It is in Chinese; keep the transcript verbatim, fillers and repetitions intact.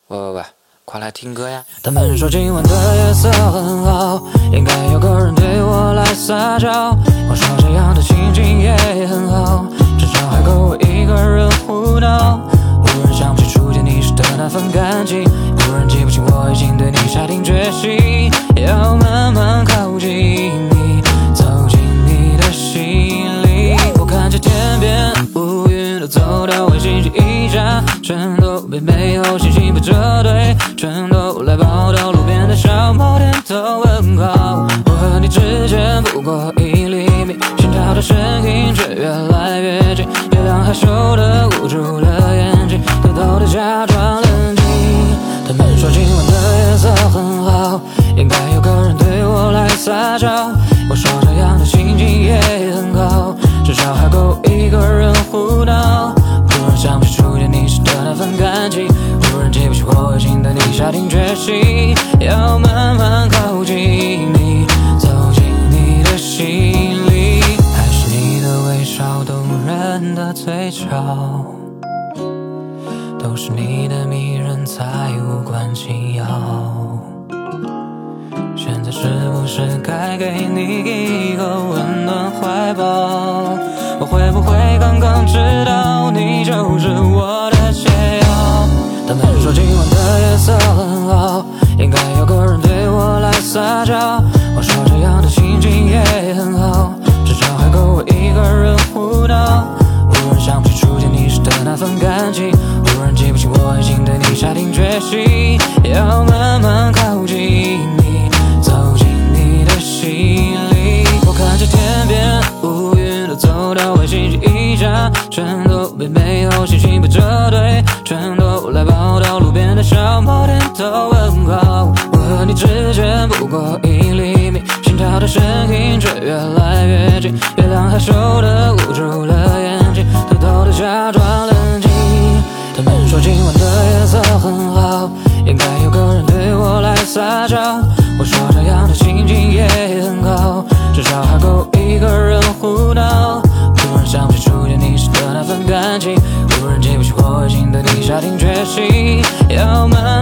喂喂喂，快来听歌呀！ 他们说今晚的夜色很好，应该有个人对我来撒娇。我说这样的心情也很好，至少还够我一个人胡闹。忽然想起初见你时的那份感激，忽然记不清我已经对你下定决心，要慢慢靠近你，走进你的心里。我看着天边乌云都走到卫星期一家，全都被背后星星被折堆，全都来报道路边的小猫点头问好。我和你之间不过一厘米，心跳的声音却越来越近，月亮害羞的捂住了眼睛，偷偷的假装冷静。他们说今晚的夜色很好，应该有个人对我来撒娇。我说这样的心情也很好，至少还够一个人胡闹。忽然想起初见你时的那份感激，忽然记不起我已经对你下定决心，要慢慢靠近你，走进你的心里。还是你的微笑动人的嘴角，都是你的迷人才无关紧要。现在是不是该给你一个温暖怀抱？我会不会刚刚知道你就是我的解药？他们说今晚的夜色很好，应该有个人对我来撒娇。我说这样的心情也很好，至少还够我一个人胡闹。忽然想起初见你时的那份感激，忽然记不清我已经对你下定决心，要慢慢靠近你，走进你的心里。我看着天边乌云都走到卫星期一家，全都被背后星星被折堆，全都来报道路边的小猫点头问好。我和你之间不过一厘米，心跳的声音却越来越近，月亮害羞的捂住了眼睛，偷偷的假装冷静。他们说今晚的夜色很好，应该有个人对我来撒娇。我说这样的心情也很好，至少还够一个人胡闹。忽然想起初见你时的那份感激，忽然记不起我已经对你下定决心，要慢